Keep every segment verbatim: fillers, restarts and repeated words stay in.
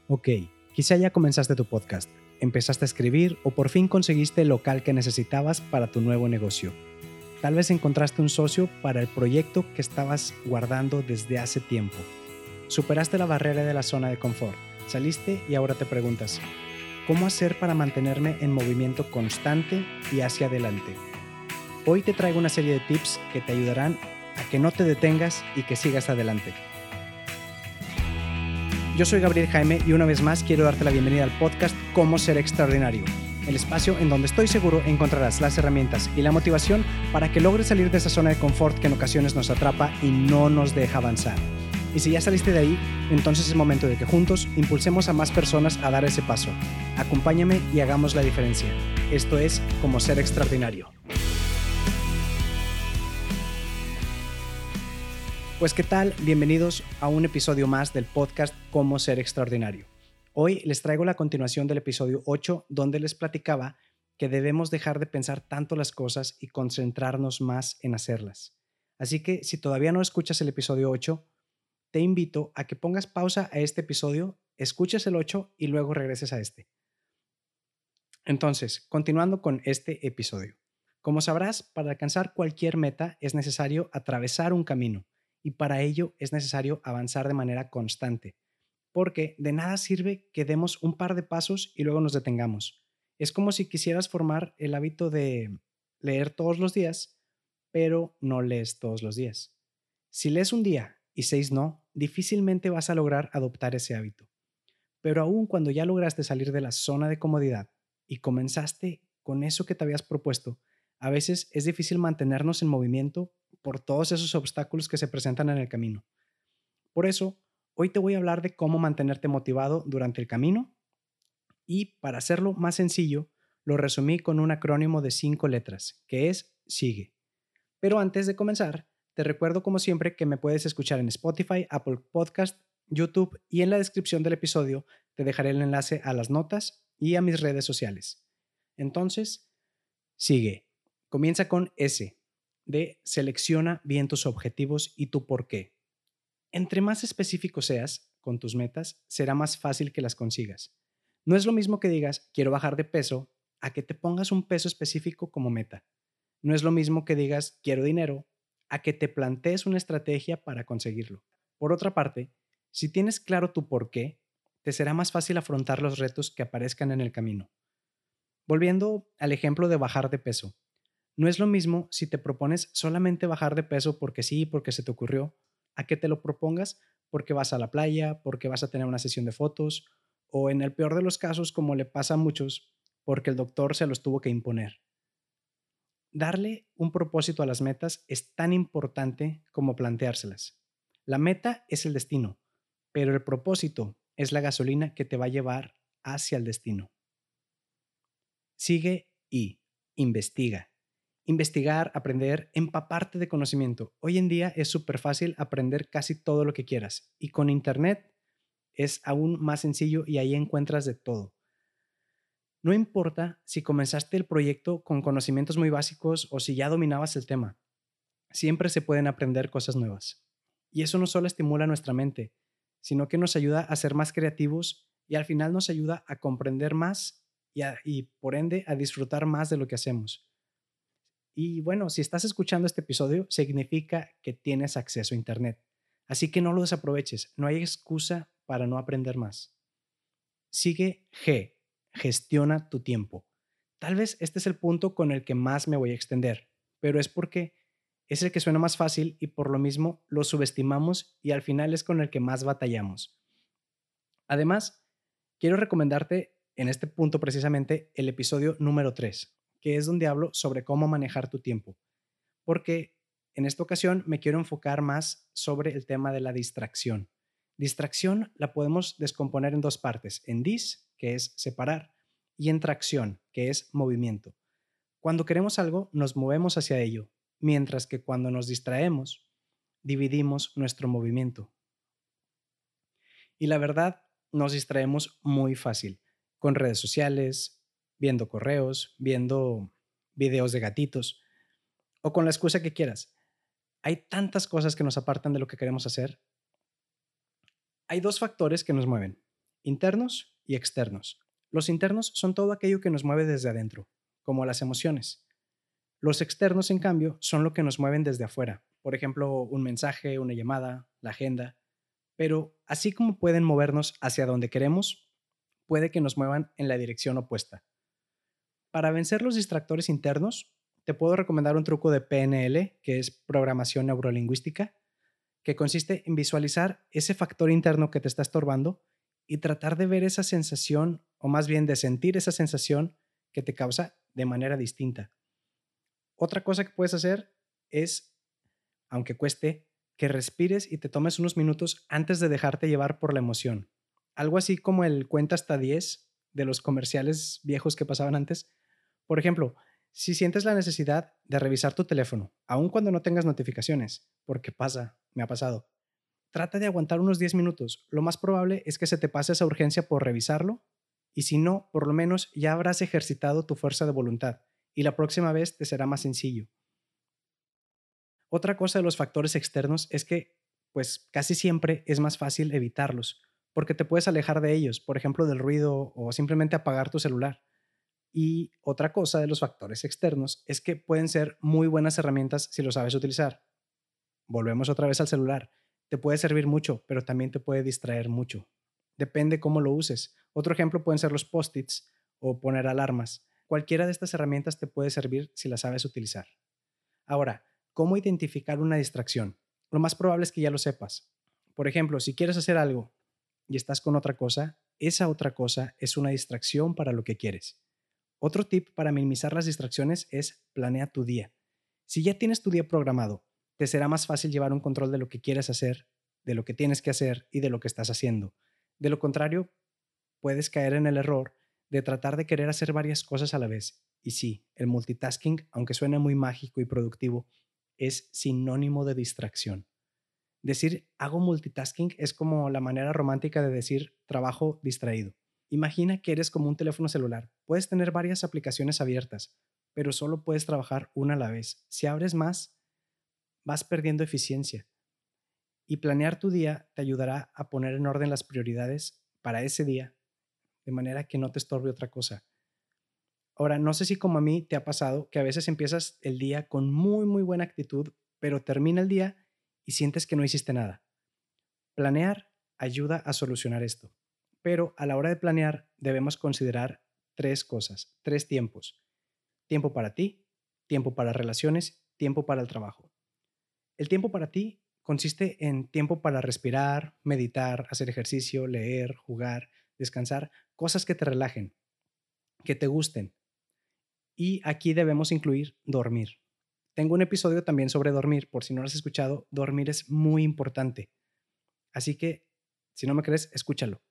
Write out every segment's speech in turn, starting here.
Ok, quizá ya comenzaste tu podcast, empezaste a escribir o por fin conseguiste el local que necesitabas para tu nuevo negocio. Tal vez encontraste un socio para el proyecto que estabas guardando desde hace tiempo. Superaste la barrera de la zona de confort, saliste y ahora te preguntas, ¿cómo hacer para mantenerme en movimiento constante y hacia adelante? Hoy te traigo una serie de tips que te ayudarán a que no te detengas y que sigas adelante. Yo soy Gabriel Jaime y una vez más quiero darte la bienvenida al podcast Cómo Ser Extraordinario, el espacio en donde estoy seguro encontrarás las herramientas y la motivación para que logres salir de esa zona de confort que en ocasiones nos atrapa y no nos deja avanzar. Y si ya saliste de ahí, entonces es momento de que juntos impulsemos a más personas a dar ese paso. Acompáñame y hagamos la diferencia. Esto es Cómo Ser Extraordinario. Pues ¿qué tal? Bienvenidos a un episodio más del podcast Cómo Ser Extraordinario. Hoy les traigo la continuación del episodio ocho, donde les platicaba que debemos dejar de pensar tanto las cosas y concentrarnos más en hacerlas. Así que si todavía no escuchas el episodio ocho, te invito a que pongas pausa a este episodio, escuches el ocho y luego regreses a este. Entonces, continuando con este episodio. Como sabrás, para alcanzar cualquier meta es necesario atravesar un camino. Y para ello es necesario avanzar de manera constante, porque de nada sirve que demos un par de pasos y luego nos detengamos. Es como si quisieras formar el hábito de leer todos los días, pero no lees todos los días. Si lees un día y seis no, difícilmente vas a lograr adoptar ese hábito. Pero aún cuando ya lograste salir de la zona de comodidad y comenzaste con eso que te habías propuesto, a veces es difícil mantenernos en movimiento por todos esos obstáculos que se presentan en el camino. Por eso, hoy te voy a hablar de cómo mantenerte motivado durante el camino y para hacerlo más sencillo, lo resumí con un acrónimo de cinco letras, que es SIGUE. Pero antes de comenzar, te recuerdo como siempre que me puedes escuchar en Spotify, Apple Podcast, YouTube y en la descripción del episodio te dejaré el enlace a las notas y a mis redes sociales. Entonces, sigue. Comienza con S, de selecciona bien tus objetivos y tu por qué. Entre más específico seas con tus metas, será más fácil que las consigas. No es lo mismo que digas quiero bajar de peso a que te pongas un peso específico como meta. No es lo mismo que digas quiero dinero a que te plantees una estrategia para conseguirlo. Por otra parte, si tienes claro tu por qué, te será más fácil afrontar los retos que aparezcan en el camino. Volviendo al ejemplo de bajar de peso. No es lo mismo si te propones solamente bajar de peso porque sí, porque se te ocurrió, a que te lo propongas porque vas a la playa, porque vas a tener una sesión de fotos o en el peor de los casos, como le pasa a muchos, porque el doctor se los tuvo que imponer. Darle un propósito a las metas es tan importante como planteárselas. La meta es el destino, pero el propósito es la gasolina que te va a llevar hacia el destino. Sigue y investiga. Investigar, aprender, empaparte de conocimiento. Hoy en día es súper fácil aprender casi todo lo que quieras y con internet es aún más sencillo y ahí encuentras de todo. No importa si comenzaste el proyecto con conocimientos muy básicos o si ya dominabas el tema, siempre se pueden aprender cosas nuevas. Y eso no solo estimula nuestra mente, sino que nos ayuda a ser más creativos y al final nos ayuda a comprender más y, a, y por ende a disfrutar más de lo que hacemos. Y bueno, si estás escuchando este episodio, significa que tienes acceso a Internet. Así que no lo desaproveches, no hay excusa para no aprender más. Sigue G, gestiona tu tiempo. Tal vez este es el punto con el que más me voy a extender, pero es porque es el que suena más fácil y por lo mismo lo subestimamos y al final es con el que más batallamos. Además, quiero recomendarte en este punto precisamente el episodio número tres, que es donde hablo sobre cómo manejar tu tiempo, porque en esta ocasión me quiero enfocar más sobre el tema de la distracción. Distracción la podemos descomponer en dos partes, en dis, que es separar, y en tracción, que es movimiento. Cuando queremos algo, nos movemos hacia ello, mientras que cuando nos distraemos, dividimos nuestro movimiento. Y la verdad, nos distraemos muy fácil, con redes sociales, viendo correos, viendo videos de gatitos, o con la excusa que quieras. Hay tantas cosas que nos apartan de lo que queremos hacer. Hay dos factores que nos mueven. internos y externos. Los internos son todo aquello que nos mueve desde adentro, como las emociones. Los externos, en cambio, son lo que nos mueven desde afuera. Por ejemplo, un mensaje, una llamada, la agenda. Pero así como pueden movernos hacia donde queremos, puede que nos muevan en la dirección opuesta. Para vencer los distractores internos, te puedo recomendar un truco de P N L, que es programación neurolingüística, que consiste en visualizar ese factor interno que te está estorbando y tratar de ver esa sensación, o más bien de sentir esa sensación que te causa de manera distinta. Otra cosa que puedes hacer es, aunque cueste, que respires y te tomes unos minutos antes de dejarte llevar por la emoción. Algo así como el cuenta hasta diez de los comerciales viejos que pasaban antes. Por ejemplo, si sientes la necesidad de revisar tu teléfono, aun cuando no tengas notificaciones, porque pasa, me ha pasado, trata de aguantar unos diez minutos. Lo más probable es que se te pase esa urgencia por revisarlo y si no, por lo menos ya habrás ejercitado tu fuerza de voluntad y la próxima vez te será más sencillo. Otra cosa de los factores externos es que, pues casi siempre es más fácil evitarlos, porque te puedes alejar de ellos, por ejemplo, del ruido o simplemente apagar tu celular. Y otra cosa de los factores externos es que pueden ser muy buenas herramientas si lo sabes utilizar. Volvemos otra vez al celular. Te puede servir mucho, pero también te puede distraer mucho. Depende cómo lo uses. Otro ejemplo pueden ser los post-its o poner alarmas. Cualquiera de estas herramientas te puede servir si las sabes utilizar. Ahora, ¿cómo identificar una distracción? Lo más probable es que ya lo sepas. Por ejemplo, si quieres hacer algo y estás con otra cosa, esa otra cosa es una distracción para lo que quieres. Otro tip para minimizar las distracciones es planea tu día. Si ya tienes tu día programado, te será más fácil llevar un control de lo que quieres hacer, de lo que tienes que hacer y de lo que estás haciendo. De lo contrario, puedes caer en el error de tratar de querer hacer varias cosas a la vez. Y sí, el multitasking, aunque suene muy mágico y productivo, es sinónimo de distracción. Decir hago multitasking es como la manera romántica de decir trabajo distraído. Imagina que eres como un teléfono celular. Puedes tener varias aplicaciones abiertas, pero solo puedes trabajar una a la vez. Si abres más, vas perdiendo eficiencia. Y planear tu día te ayudará a poner en orden las prioridades para ese día, de manera que no te estorbe otra cosa. Ahora, no sé si como a mí te ha pasado que a veces empiezas el día con muy, muy buena actitud, pero termina el día y sientes que no hiciste nada. Planear ayuda a solucionar esto, pero a la hora de planear debemos considerar tres cosas, tres tiempos. Tiempo para ti, tiempo para relaciones, tiempo para el trabajo. El tiempo para ti consiste en tiempo para respirar, meditar, hacer ejercicio, leer, jugar, descansar, cosas que te relajen, que te gusten. Y aquí debemos incluir dormir. Tengo un episodio también sobre dormir, por si no lo has escuchado, dormir es muy importante. Así que, si no me crees, escúchalo.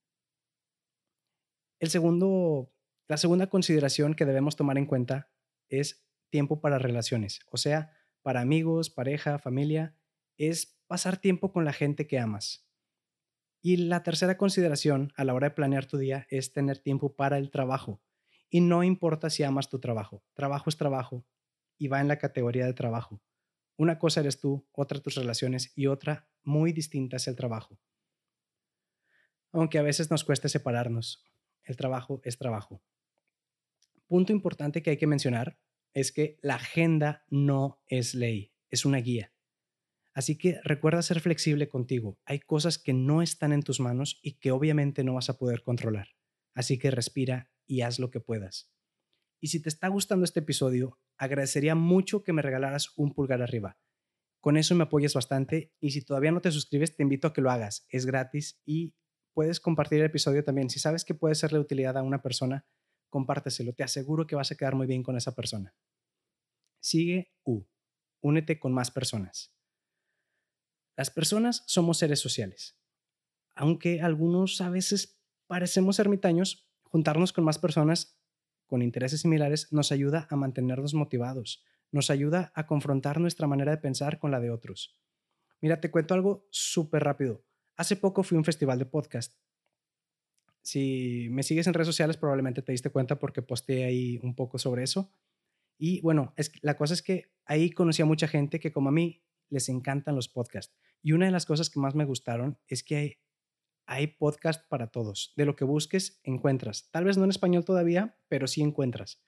El segundo, la segunda consideración que debemos tomar en cuenta es tiempo para relaciones, o sea, para amigos, pareja, familia, es pasar tiempo con la gente que amas. Y la tercera consideración a la hora de planear tu día es tener tiempo para el trabajo. Y no importa si amas tu trabajo, trabajo es trabajo y va en la categoría de trabajo. Una cosa eres tú, otra tus relaciones y otra muy distinta es el trabajo. Aunque a veces nos cueste separarnos, el trabajo es trabajo. Punto importante que hay que mencionar es que la agenda no es ley, es una guía. Así que recuerda ser flexible contigo. Hay cosas que no están en tus manos y que obviamente no vas a poder controlar. Así que respira y haz lo que puedas. Y si te está gustando este episodio, agradecería mucho que me regalaras un pulgar arriba. Con eso me apoyas bastante y si todavía no te suscribes, te invito a que lo hagas. Es gratis y puedes compartir el episodio también. Si sabes que puede serle de utilidad a una persona, compárteselo. Te aseguro que vas a quedar muy bien con esa persona. Sigue U. Únete con más personas. Las personas somos seres sociales. Aunque algunos a veces parecemos ermitaños, juntarnos con más personas con intereses similares nos ayuda a mantenernos motivados, nos ayuda a confrontar nuestra manera de pensar con la de otros. Mira, te cuento algo súper rápido. Hace poco fui a un festival de podcast. Si me sigues en redes sociales, probablemente te diste cuenta porque posteé ahí un poco sobre eso. Y bueno, es, la cosa es que ahí conocí a mucha gente que como a mí les encantan los podcasts. Y una de las cosas que más me gustaron es que Hay podcast para todos. De lo que busques, encuentras. Tal vez no en español todavía, pero sí encuentras.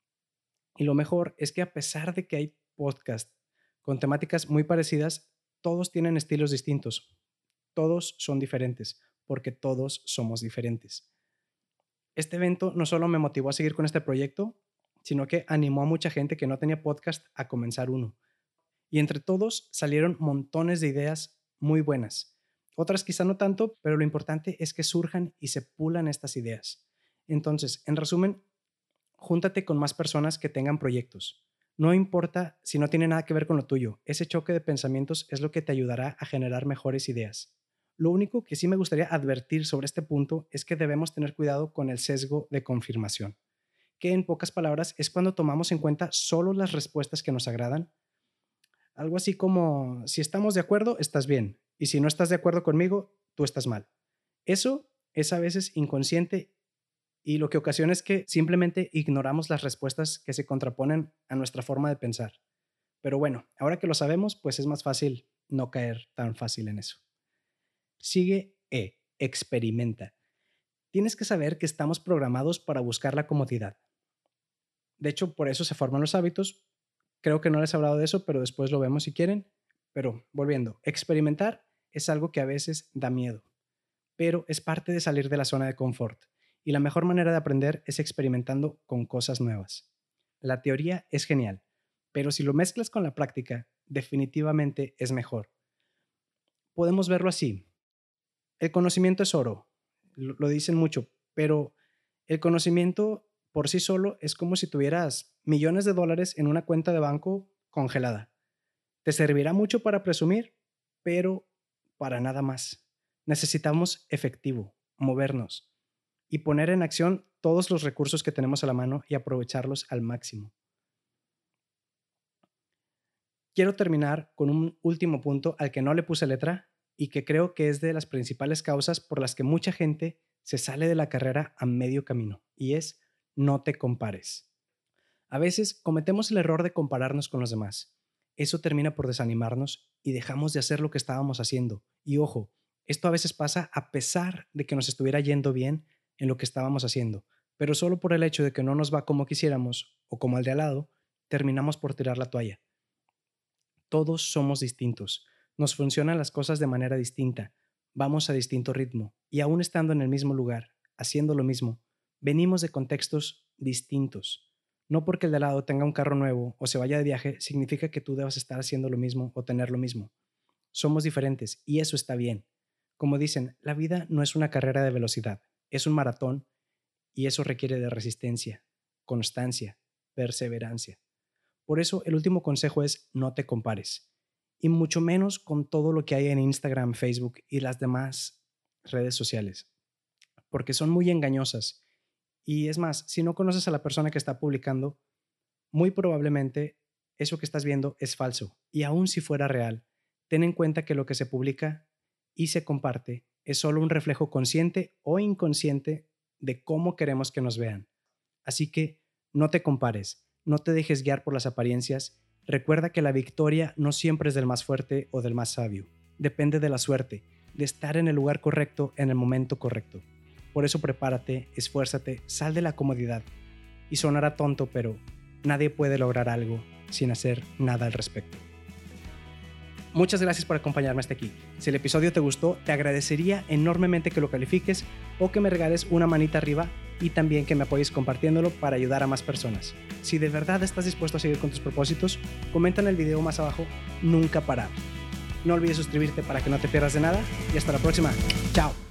Y lo mejor es que a pesar de que hay podcast con temáticas muy parecidas, todos tienen estilos distintos. Todos son diferentes, porque todos somos diferentes. Este evento no solo me motivó a seguir con este proyecto, sino que animó a mucha gente que no tenía podcast a comenzar uno. Y entre todos salieron montones de ideas muy buenas. Otras quizá no tanto, pero lo importante es que surjan y se pulan estas ideas. Entonces, en resumen, júntate con más personas que tengan proyectos. No importa si no tiene nada que ver con lo tuyo, ese choque de pensamientos es lo que te ayudará a generar mejores ideas. Lo único que sí me gustaría advertir sobre este punto es que debemos tener cuidado con el sesgo de confirmación, que en pocas palabras es cuando tomamos en cuenta solo las respuestas que nos agradan. Algo así como, si estamos de acuerdo, estás bien, y si no estás de acuerdo conmigo, tú estás mal. Eso es a veces inconsciente y lo que ocasiona es que simplemente ignoramos las respuestas que se contraponen a nuestra forma de pensar. Pero bueno, ahora que lo sabemos, pues es más fácil no caer tan fácil en eso. Sigue E, experimenta. Tienes que saber que estamos programados para buscar la comodidad. De hecho, por eso se forman los hábitos. Creo que no les he hablado de eso, pero después lo vemos si quieren. Pero volviendo, experimentar es algo que a veces da miedo, pero es parte de salir de la zona de confort. Y la mejor manera de aprender es experimentando con cosas nuevas. La teoría es genial, pero si lo mezclas con la práctica, definitivamente es mejor. Podemos verlo así. El conocimiento es oro, lo, lo dicen mucho, pero el conocimiento por sí solo es como si tuvieras millones de dólares en una cuenta de banco congelada. Te servirá mucho para presumir, pero para nada más. Necesitamos efectivo, movernos y poner en acción todos los recursos que tenemos a la mano y aprovecharlos al máximo. Quiero terminar con un último punto al que no le puse letra y que creo que es de las principales causas por las que mucha gente se sale de la carrera a medio camino, y es no te compares. A veces cometemos el error de compararnos con los demás. Eso termina por desanimarnos y dejamos de hacer lo que estábamos haciendo. Y ojo, esto a veces pasa a pesar de que nos estuviera yendo bien en lo que estábamos haciendo, pero solo por el hecho de que no nos va como quisiéramos o como al de al lado, terminamos por tirar la toalla. Todos somos distintos, nos funcionan las cosas de manera distinta, vamos a distinto ritmo y aún estando en el mismo lugar, haciendo lo mismo, venimos de contextos distintos. No porque el de al lado tenga un carro nuevo o se vaya de viaje significa que tú debas estar haciendo lo mismo o tener lo mismo. Somos diferentes y eso está bien. Como dicen, la vida no es una carrera de velocidad, es un maratón y eso requiere de resistencia, constancia, perseverancia. Por eso el último consejo es no te compares, y mucho menos con todo lo que hay en Instagram, Facebook y las demás redes sociales, porque son muy engañosas. Y es más, si no conoces a la persona que está publicando, muy probablemente eso que estás viendo es falso. Y aun si fuera real, ten en cuenta que lo que se publica y se comparte es solo un reflejo consciente o inconsciente de cómo queremos que nos vean. Así que no te compares, no te dejes guiar por las apariencias. Recuerda que la victoria no siempre es del más fuerte o del más sabio. Depende de la suerte, de estar en el lugar correcto en el momento correcto. Por eso prepárate, esfuérzate, sal de la comodidad. Y sonará tonto, pero nadie puede lograr algo sin hacer nada al respecto. Muchas gracias por acompañarme hasta aquí. Si el episodio te gustó, te agradecería enormemente que lo califiques o que me regales una manita arriba y también que me apoyes compartiéndolo para ayudar a más personas. Si de verdad estás dispuesto a seguir con tus propósitos, comenta en el video más abajo, nunca parar. No olvides suscribirte para que no te pierdas de nada y hasta la próxima. Chao.